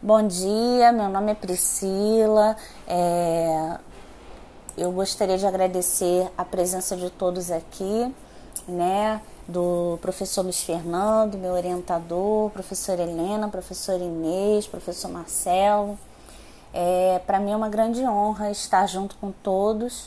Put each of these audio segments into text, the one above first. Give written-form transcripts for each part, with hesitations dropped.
Bom dia, meu nome é Priscila. Eu gostaria de agradecer a presença de todos aqui, né? Do professor Luiz Fernando, meu orientador, professora Helena, professora Inês, professor Marcelo. Para mim é uma grande honra estar junto com todos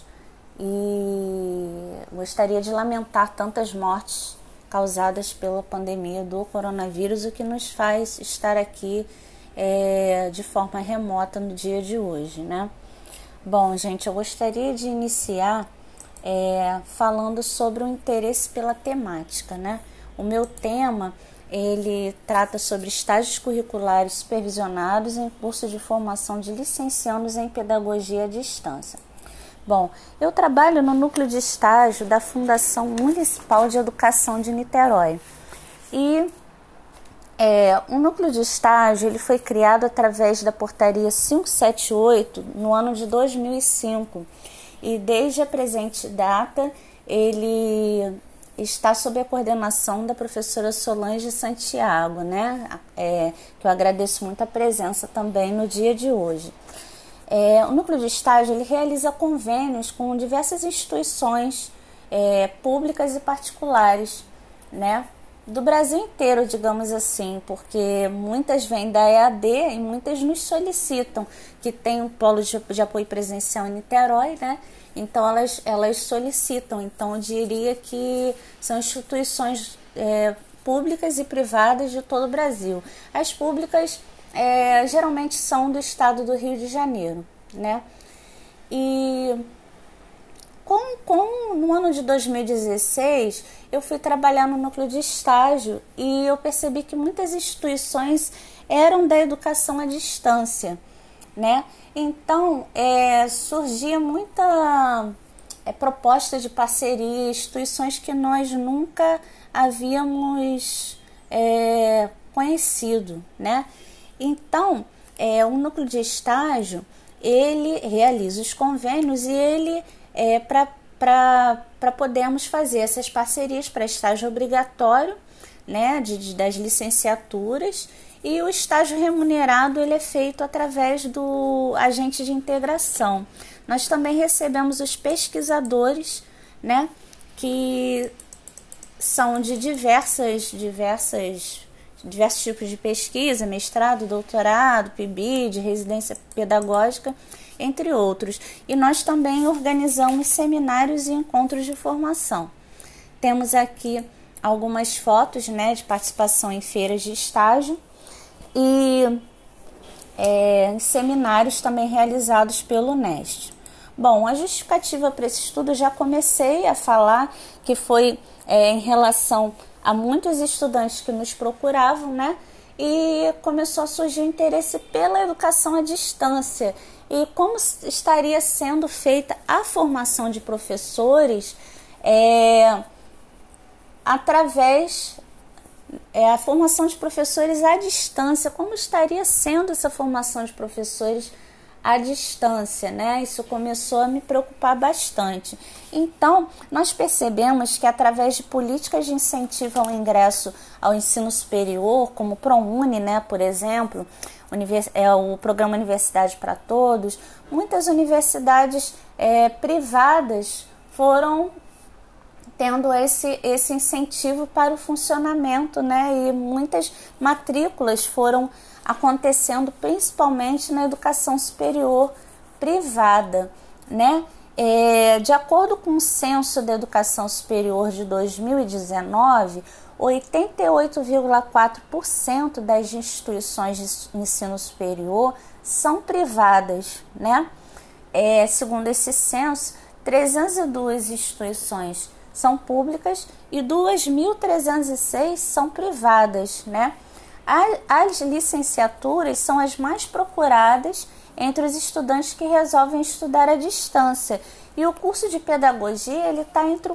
e gostaria de lamentar tantas mortes causadas pela pandemia do coronavírus, o que nos faz estar aqui de forma remota no dia de hoje, né? Bom, gente, eu gostaria de iniciar falando sobre o interesse pela temática, né? O meu tema, ele trata sobre estágios curriculares supervisionados em curso de formação de licenciandos em pedagogia à distância. Bom, eu trabalho no núcleo de estágio da Fundação Municipal de Educação de Niterói. E o núcleo de estágio ele foi criado através da portaria 578 no ano de 2005 e desde a presente data ele está sob a coordenação da professora Solange Santiago, né? Que eu agradeço muito a presença também no dia de hoje. O núcleo de estágio ele realiza convênios com diversas instituições públicas e particulares, né? Do Brasil inteiro, digamos assim, porque muitas vêm da EAD e muitas nos solicitam, que tem um polo de apoio presencial em Niterói, né? Então elas solicitam, então eu diria que são instituições públicas e privadas de todo o Brasil. As públicas geralmente são do estado do Rio de Janeiro, né? E no ano de 2016, eu fui trabalhar no núcleo de estágio e eu percebi que muitas instituições eram da educação à distância, né? Então, surgia muita proposta de parceria, instituições que nós nunca havíamos conhecido, né? Então, o núcleo de estágio, ele realiza os convênios e ele para podermos fazer essas parcerias para estágio obrigatório, né, das licenciaturas, e o estágio remunerado ele é feito através do agente de integração. Nós também recebemos os pesquisadores, né, que são de diversos tipos de pesquisa, mestrado, doutorado, PIBID, residência pedagógica, entre outros. E nós também organizamos seminários e encontros de formação. Temos aqui algumas fotos, né, de participação em feiras de estágio e seminários também realizados pelo NEST. Bom, a justificativa para esse estudo eu já comecei a falar que foi em relação a muitos estudantes que nos procuravam, né? E começou a surgir o interesse pela educação à distância e como estaria sendo feita a formação de professores através a formação de professores à distância, como estaria sendo essa formação de professores à distância, né? Isso começou a me preocupar bastante. Então, nós percebemos que através de políticas de incentivo ao ingresso ao ensino superior, como o ProUni, né, por exemplo, o programa Universidade para Todos, muitas universidades privadas foram tendo esse incentivo para o funcionamento, né? E muitas matrículas foram acontecendo principalmente na educação superior privada, né? De acordo com o Censo da Educação Superior de 2019, 88,4% das instituições de ensino superior são privadas, né? Segundo esse censo, 302 instituições são públicas e 2.306 são privadas, né? As licenciaturas são as mais procuradas entre os estudantes que resolvem estudar à distância. E o curso de pedagogia, ele está entre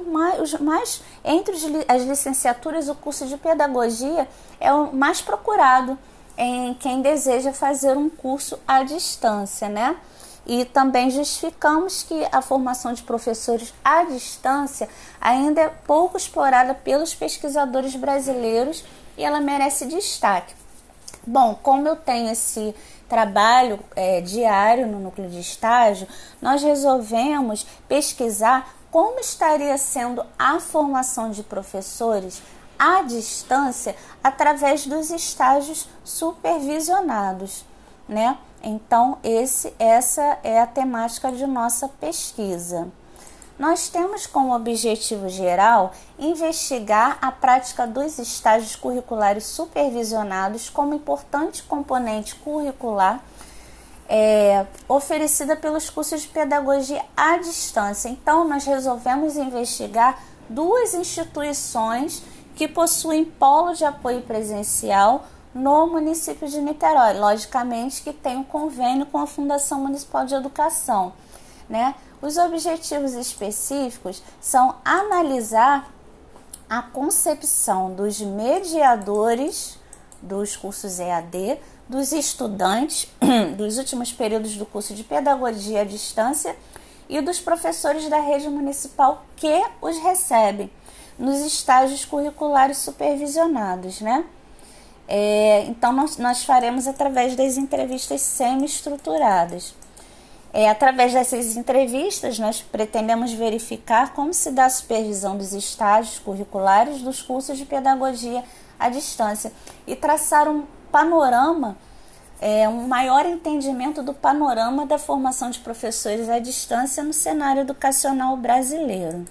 as licenciaturas, o curso de pedagogia é o mais procurado em quem deseja fazer um curso à distância, né? E também justificamos que a formação de professores à distância ainda é pouco explorada pelos pesquisadores brasileiros e ela merece destaque. Bom, como eu tenho esse trabalho diário no núcleo de estágio, nós resolvemos pesquisar como estaria sendo a formação de professores à distância através dos estágios supervisionados, né? Então, essa é a temática de nossa pesquisa. Nós temos como objetivo geral investigar a prática dos estágios curriculares supervisionados como importante componente curricular oferecida pelos cursos de pedagogia à distância. Então, nós resolvemos investigar duas instituições que possuem polo de apoio presencial no município de Niterói, logicamente que tem um convênio com a Fundação Municipal de Educação, né? Os objetivos específicos são analisar a concepção dos mediadores dos cursos EAD, dos estudantes dos últimos períodos do curso de pedagogia à distância e dos professores da rede municipal que os recebem nos estágios curriculares supervisionados, né? Então, nós faremos através das entrevistas semi-estruturadas. Através dessas entrevistas, nós pretendemos verificar como se dá a supervisão dos estágios curriculares dos cursos de pedagogia à distância e traçar um panorama, um maior entendimento do panorama da formação de professores à distância no cenário educacional brasileiro.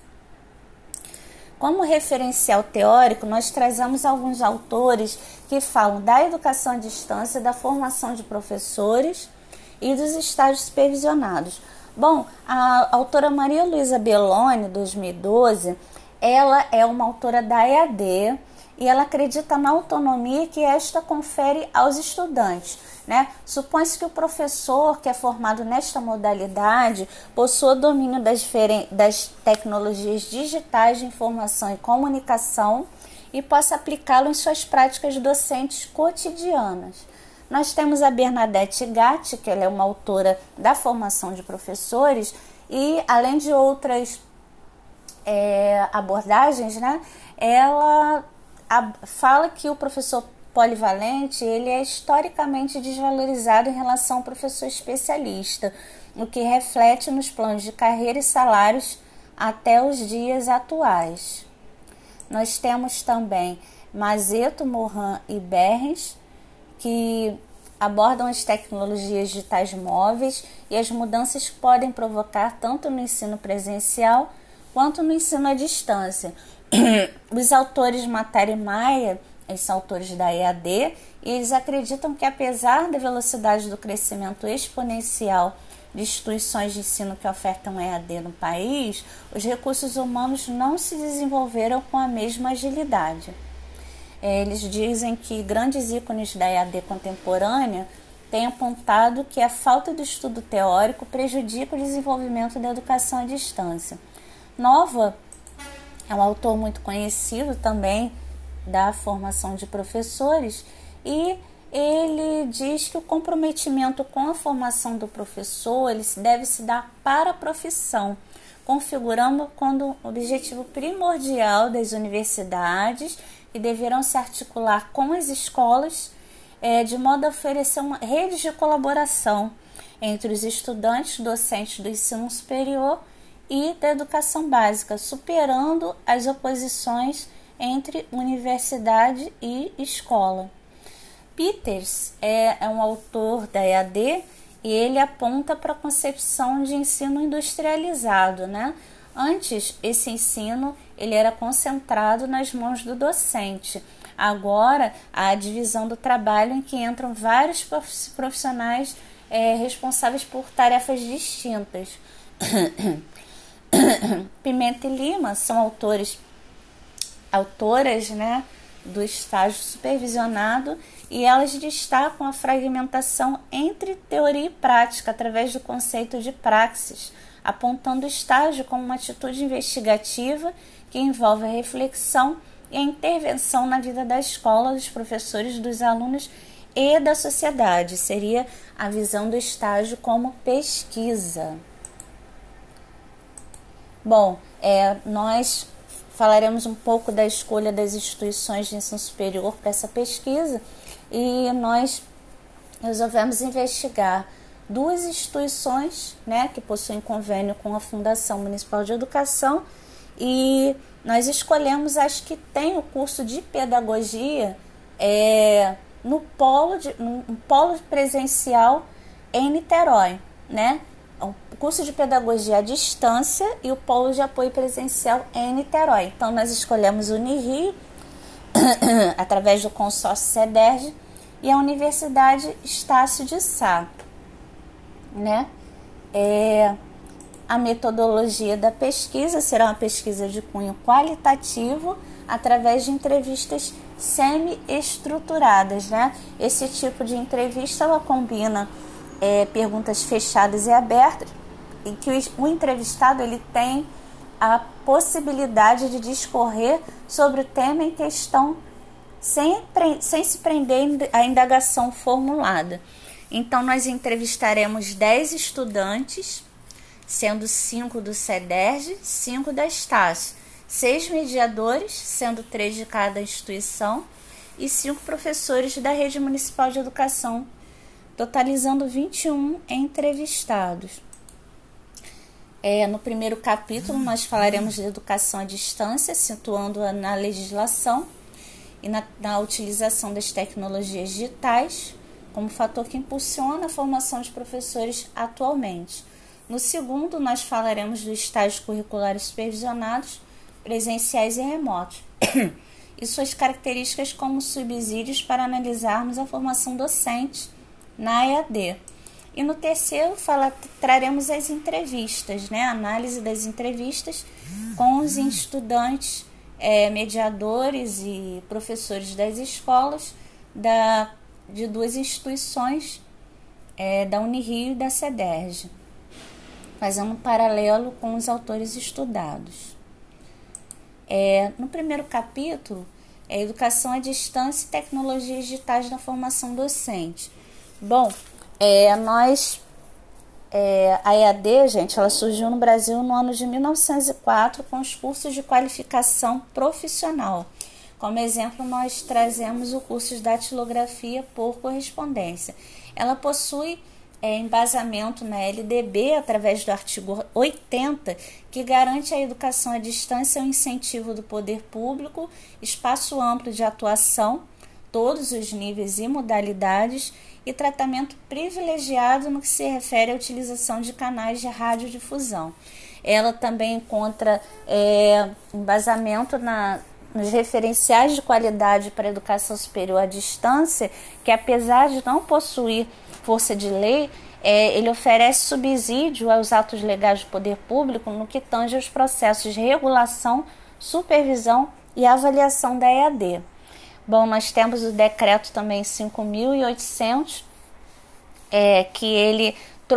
Como referencial teórico, nós trazemos alguns autores que falam da educação à distância, da formação de professores e dos estágios supervisionados. Bom, a autora Maria Luísa Belloni, 2012, ela é uma autora da EAD e ela acredita na autonomia que esta confere aos estudantes, né? Supõe-se que o professor que é formado nesta modalidade possua domínio das tecnologias digitais de informação e comunicação e possa aplicá-lo em suas práticas docentes cotidianas. Nós temos a Bernadette Gatti, que ela é uma autora da formação de professores e, além de outras abordagens, né, ela fala que o professor polivalente ele é historicamente desvalorizado em relação ao professor especialista, o que reflete nos planos de carreira e salários até os dias atuais. Nós temos também Mazeto, Morin e Berrens, que abordam as tecnologias digitais móveis e as mudanças que podem provocar tanto no ensino presencial quanto no ensino à distância. Os autores Matari e Maia, eles são autores da EAD, e eles acreditam que apesar da velocidade do crescimento exponencial de instituições de ensino que ofertam EAD no país, os recursos humanos não se desenvolveram com a mesma agilidade. Eles dizem que grandes ícones da EAD contemporânea têm apontado que a falta de estudo teórico prejudica o desenvolvimento da educação à distância. Nova é um autor muito conhecido também da formação de professores e ele diz que o comprometimento com a formação do professor ele deve se dar para a profissão, configurando como objetivo primordial das universidades e deverão se articular com as escolas de modo a oferecer uma rede de colaboração entre os estudantes docentes do ensino superior e da educação básica, superando as oposições entre universidade e escola. Peters é um autor da EAD e ele aponta para a concepção de ensino industrializado, né? Antes, esse ensino ele era concentrado nas mãos do docente. Agora, há a divisão do trabalho em que entram vários profissionais responsáveis por tarefas distintas. Pimenta e Lima são autoras, né, do estágio supervisionado e elas destacam a fragmentação entre teoria e prática através do conceito de praxis, apontando o estágio como uma atitude investigativa que envolve a reflexão e a intervenção na vida da escola, dos professores, dos alunos e da sociedade. Seria a visão do estágio como pesquisa. Bom, nós falaremos um pouco da escolha das instituições de ensino superior para essa pesquisa e nós resolvemos investigar duas instituições, né, que possuem convênio com a Fundação Municipal de Educação, e nós escolhemos as que têm o curso de pedagogia no polo presencial em Niterói, né? O curso de pedagogia à distância e o polo de apoio presencial em Niterói. Então, nós escolhemos o Unirio, através do consórcio CEDERJ, e a Universidade Estácio de Sá, né? A metodologia da pesquisa será uma pesquisa de cunho qualitativo através de entrevistas semi-estruturadas, né? Esse tipo de entrevista ela combina perguntas fechadas e abertas, em que o entrevistado ele tem a possibilidade de discorrer sobre o tema em questão sem se prender à indagação formulada. Então, nós entrevistaremos 10 estudantes, sendo 5 do CEDERJ, 5 da Estácio, 6 mediadores, sendo 3 de cada instituição, e 5 professores da Rede Municipal de Educação, totalizando 21 entrevistados. No primeiro capítulo, nós falaremos de educação à distância, situando-a na legislação e na utilização das tecnologias digitais como fator que impulsiona a formação de professores atualmente. No segundo, nós falaremos dos estágios curriculares supervisionados, presenciais e remotos, e suas características como subsídios para analisarmos a formação docente na EAD. E no terceiro, traremos as entrevistas, né? A análise das entrevistas com os estudantes, mediadores e professores das escolas de duas instituições, da Unirio e da CEDERJ, fazendo um paralelo com os autores estudados. No primeiro capítulo, educação à distância e tecnologias digitais na formação docente. Bom, a EAD, gente, ela surgiu no Brasil no ano de 1904 com os cursos de qualificação profissional. Como exemplo, nós trazemos o curso de datilografia por correspondência. Ela possui embasamento na LDB através do artigo 80, que garante a educação à distância, o incentivo do poder público, espaço amplo de atuação, todos os níveis e modalidades, e tratamento privilegiado no que se refere à utilização de canais de radiodifusão. Ela também encontra embasamento nos referenciais de qualidade para a educação superior à distância, que apesar de não possuir força de lei, ele oferece subsídio aos atos legais do poder público no que tange aos processos de regulação, supervisão e avaliação da EAD. Bom, nós temos o decreto também 5.800, que ele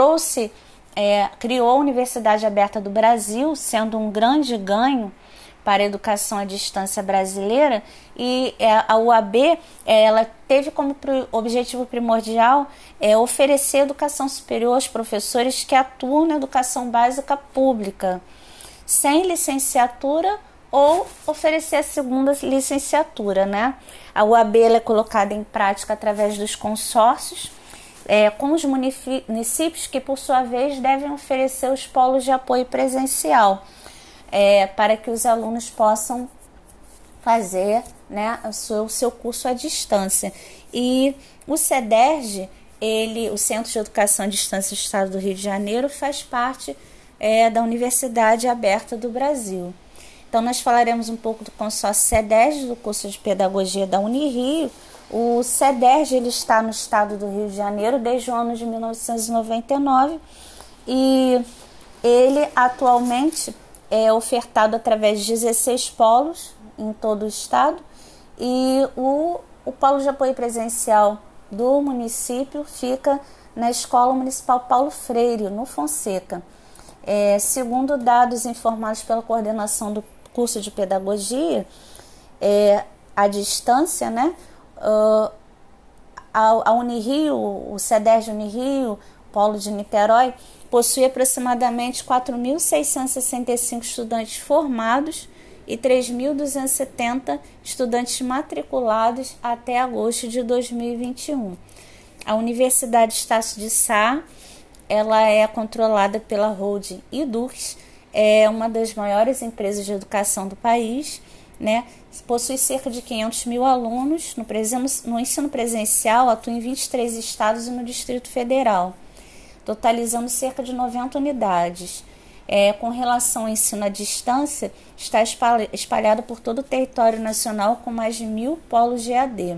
criou a Universidade Aberta do Brasil, sendo um grande ganho para a educação à distância brasileira, e a UAB ela teve como objetivo primordial oferecer educação superior aos professores que atuam na educação básica pública, sem licenciatura ou oferecer a segunda licenciatura, né? A UAB ela é colocada em prática através dos consórcios, com os municípios que, por sua vez, devem oferecer os polos de apoio presencial, para que os alunos possam fazer, né, o seu curso à distância. E o CEDERJ, o Centro de Educação à Distância do Estado do Rio de Janeiro, faz parte da Universidade Aberta do Brasil. Então, nós falaremos um pouco do consórcio CEDERJ, do curso de pedagogia da Unirio. O CEDERJ ele está no estado do Rio de Janeiro desde o ano de 1999 e ele atualmente é ofertado através de 16 polos em todo o estado, e o polo de apoio presencial do município fica na Escola Municipal Paulo Freire, no Fonseca. Segundo dados informados pela coordenação do curso de pedagogia à distância, né, a Unirio, o CEDERJ Unirio, polo de Niterói, possui aproximadamente 4.665 estudantes formados e 3.270 estudantes matriculados até agosto de 2021. A Universidade Estácio de Sá, ela é controlada pela holding Edux, é uma das maiores empresas de educação do país, né? Possui cerca de 500 mil alunos no ensino presencial, atua em 23 estados e no Distrito Federal, totalizando cerca de 90 unidades. Com relação ao ensino à distância, está espalhado por todo o território nacional com mais de 1.000 polos de EAD.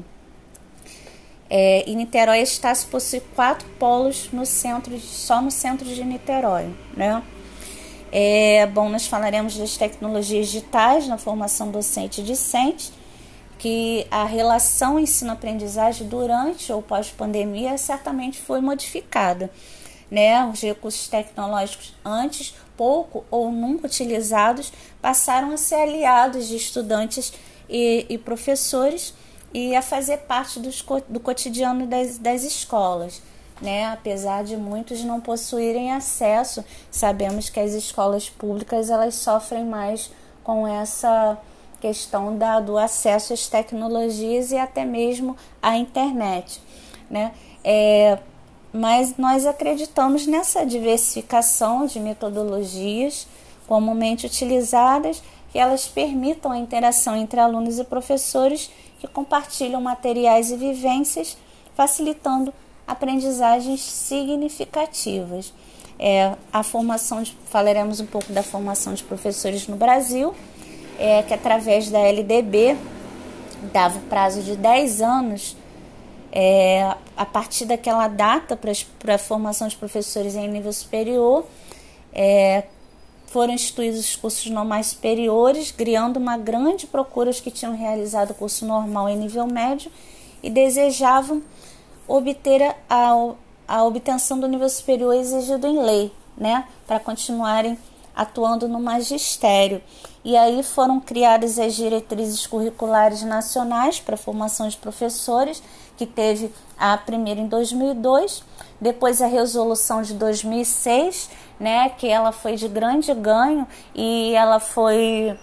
E Niterói Estácio possui 4 polos só no centro de Niterói, né? Nós falaremos das tecnologias digitais na formação docente e discente, que a relação ensino-aprendizagem durante ou pós-pandemia certamente foi modificada, né? Os recursos tecnológicos antes pouco ou nunca utilizados passaram a ser aliados de estudantes e professores e a fazer parte do cotidiano das escolas, né? Apesar de muitos não possuírem acesso, sabemos que as escolas públicas elas sofrem mais com essa questão do acesso às tecnologias e até mesmo à internet, né? Mas nós acreditamos nessa diversificação de metodologias comumente utilizadas, que elas permitam a interação entre alunos e professores que compartilham materiais e vivências, facilitando aprendizagens significativas. Falaremos um pouco da formação de professores no Brasil, que através da LDB dava o prazo de 10 anos, a partir daquela data para a formação de professores em nível superior, foram instituídos os cursos normais superiores, criando uma grande procura os que tinham realizado o curso normal em nível médio e desejavam obter a obtenção do nível superior exigido em lei, né, para continuarem atuando no magistério. E aí foram criadas as diretrizes curriculares nacionais para a formação de professores, que teve a primeira em 2002, depois a resolução de 2006, né, que ela foi de grande ganho e ela foi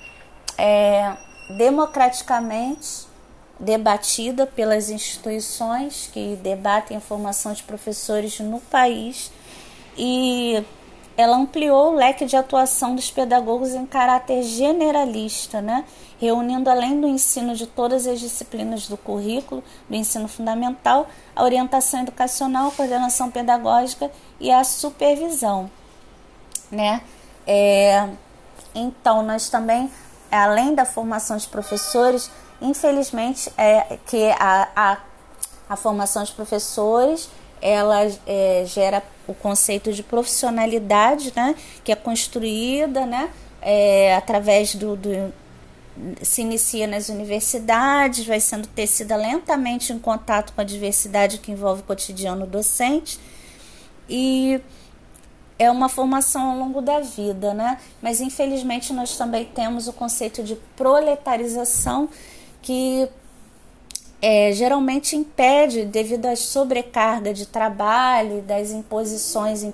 democraticamente debatida pelas instituições que debatem a formação de professores no país, e ela ampliou o leque de atuação dos pedagogos em caráter generalista, né? Reunindo, além do ensino de todas as disciplinas do currículo, do ensino fundamental, a orientação educacional, a coordenação pedagógica e a supervisão, né? Então, nós também, além da formação de professores, infelizmente, que a formação de professores ela gera o conceito de profissionalidade, né, que é construída, né, através se inicia nas universidades, vai sendo tecida lentamente em contato com a diversidade que envolve o cotidiano docente, e é uma formação ao longo da vida, né? Mas infelizmente nós também temos o conceito de proletarização, que geralmente impede, devido à sobrecarga de trabalho, das imposições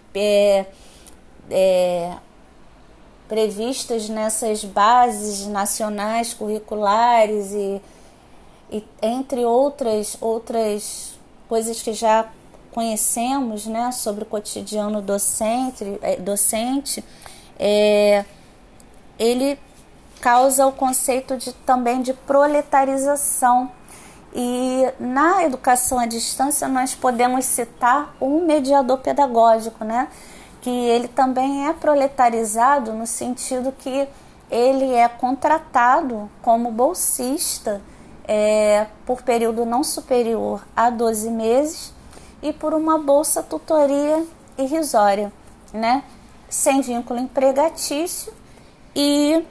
previstas nessas bases nacionais curriculares e entre outras coisas que já conhecemos, né, sobre o cotidiano docente, ele causa o conceito também de proletarização. E na educação à distância nós podemos citar um mediador pedagógico, né, que ele também é proletarizado no sentido que ele é contratado como bolsista por período não superior a 12 meses e por uma bolsa tutoria irrisória, né, sem vínculo empregatício e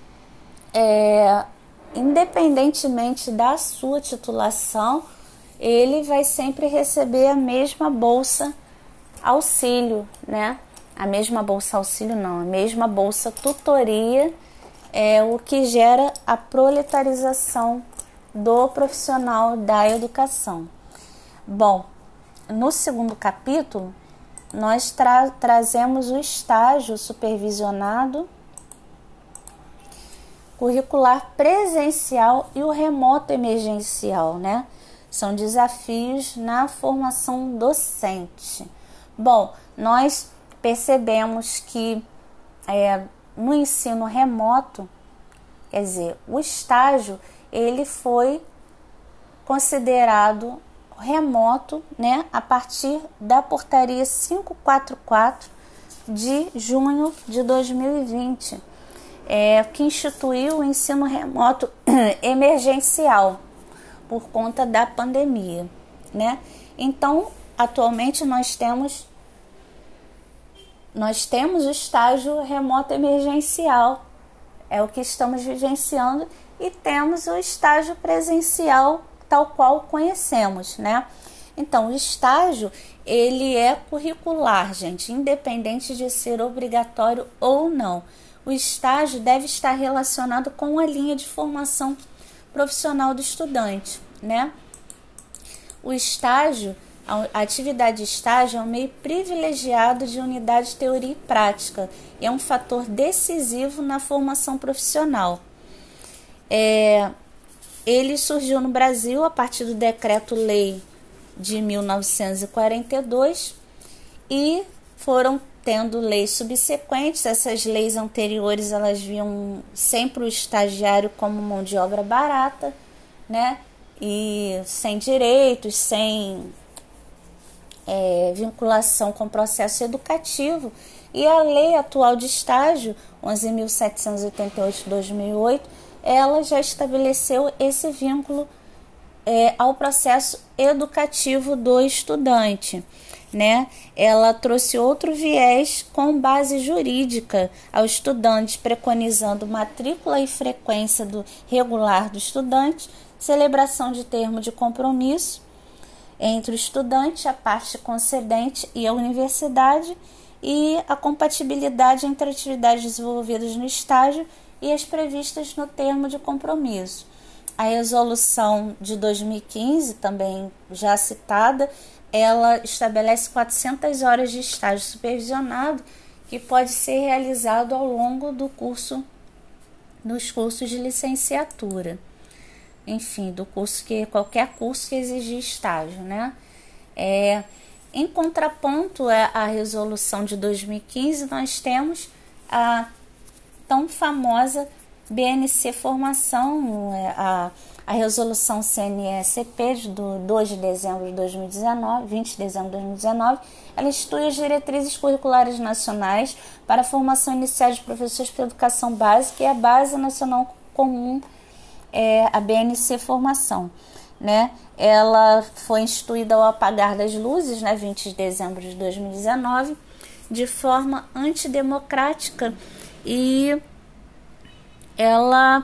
independentemente da sua titulação, ele vai sempre receber a mesma bolsa auxílio, né? A mesma bolsa auxílio não, a mesma bolsa tutoria, o que gera a proletarização do profissional da educação. Bom, no segundo capítulo, nós trazemos o estágio supervisionado curricular presencial e o remoto emergencial, né? São desafios na formação docente. Bom, nós percebemos que no ensino remoto, quer dizer, o estágio ele foi considerado remoto, né, a partir da portaria 544 de junho de 2020, que instituiu o ensino remoto emergencial por conta da pandemia, né? Então, atualmente nós temos o estágio remoto emergencial, é o que estamos vivenciando, e temos o estágio presencial tal qual conhecemos, né? Então, o estágio, ele é curricular, gente, independente de ser obrigatório ou não. O estágio deve estar relacionado com a linha de formação profissional do estudante, né? O estágio, a atividade de estágio é um meio privilegiado de unidade de teoria e prática, é um fator decisivo na formação profissional. Ele surgiu no Brasil a partir do Decreto-Lei de 1942 e foram tendo leis subsequentes. Essas leis anteriores, elas viam sempre o estagiário como mão de obra barata, né? E sem direitos, sem vinculação com o processo educativo. E a lei atual de estágio, 11.788 de 2008, ela já estabeleceu esse vínculo ao processo educativo do estudante, né? Ela trouxe outro viés com base jurídica ao estudante, preconizando matrícula e frequência regular do estudante, celebração de termo de compromisso entre o estudante, a parte concedente e a universidade, e a compatibilidade entre atividades desenvolvidas no estágio e as previstas no termo de compromisso. A resolução de 2015, também já citada, ela estabelece 400 horas de estágio supervisionado que pode ser realizado ao longo do curso, dos cursos de licenciatura. Enfim, qualquer curso que exigir estágio, né? Em contraponto à resolução de 2015, nós temos a tão famosa BNC Formação, a resolução CNE-CP de 2 de dezembro de 2019, 20 de dezembro de 2019, ela institui as diretrizes curriculares nacionais para a formação inicial de professores para educação básica e a Base Nacional Comum, a BNC Formação, né? Ela foi instituída ao apagar das luzes, né, 20 de dezembro de 2019, de forma antidemocrática, e ela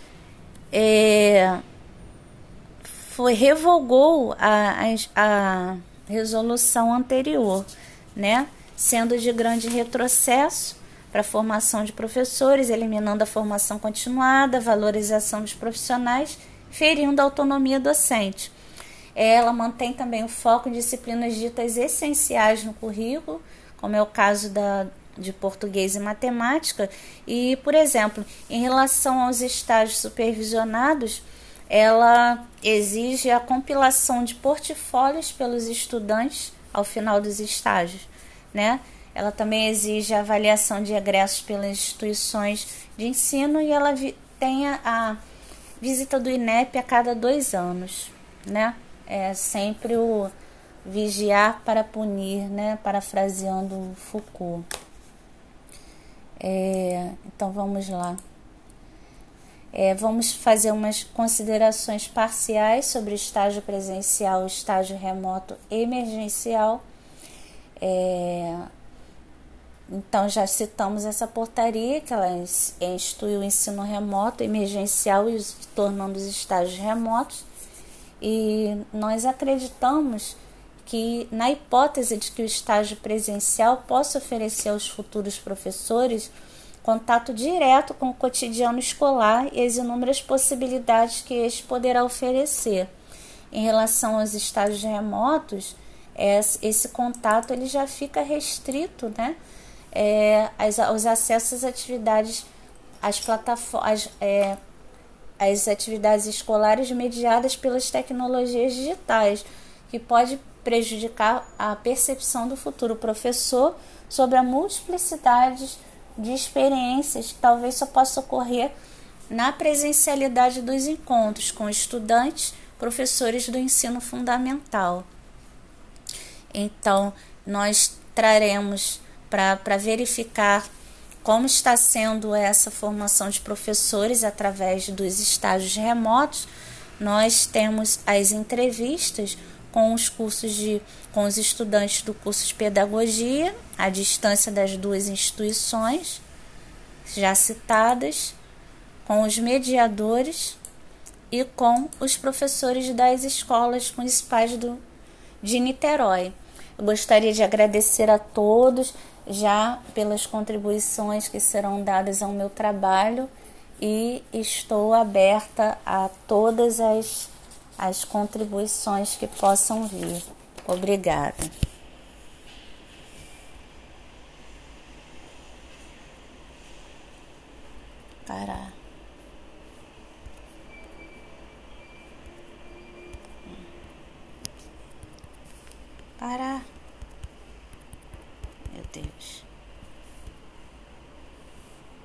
revogou a resolução anterior, né, sendo de grande retrocesso para a formação de professores, eliminando a formação continuada, valorização dos profissionais, ferindo a autonomia docente. Ela mantém também o foco em disciplinas ditas essenciais no currículo, como é o caso de português e matemática, e, por exemplo, em relação aos estágios supervisionados, ela exige a compilação de portfólios pelos estudantes ao final dos estágios, né? Ela também exige a avaliação de egressos pelas instituições de ensino e ela tem a visita do INEP a cada 2 anos, né? É sempre o vigiar para punir, né? Parafraseando Foucault. Então vamos lá. Vamos fazer umas considerações parciais sobre o estágio presencial, o estágio remoto emergencial. Então já citamos essa portaria, que ela institui o ensino remoto emergencial e tornando os estágios remotos. E nós acreditamos que, na hipótese de que o estágio presencial possa oferecer aos futuros professores contato direto com o cotidiano escolar e as inúmeras possibilidades que este poderá oferecer. Em relação aos estágios remotos, esse contato ele já fica restrito, né, aos acessos às atividades as plataformas, as atividades escolares mediadas pelas tecnologias digitais, que pode prejudicar a percepção do futuro professor sobre a multiplicidade de experiências que talvez só possa ocorrer na presencialidade dos encontros com estudantes, professores do ensino fundamental. Então, nós traremos para verificar como está sendo essa formação de professores através dos estágios remotos. Nós temos as entrevistas com com os estudantes do curso de pedagogia, à distância das duas instituições já citadas, com os mediadores e com os professores das escolas municipais de Niterói. Eu gostaria de agradecer a todos já pelas contribuições que serão dadas ao meu trabalho e estou aberta a todas as contribuições que possam vir. Obrigada. Parar. Parar. Meu Deus.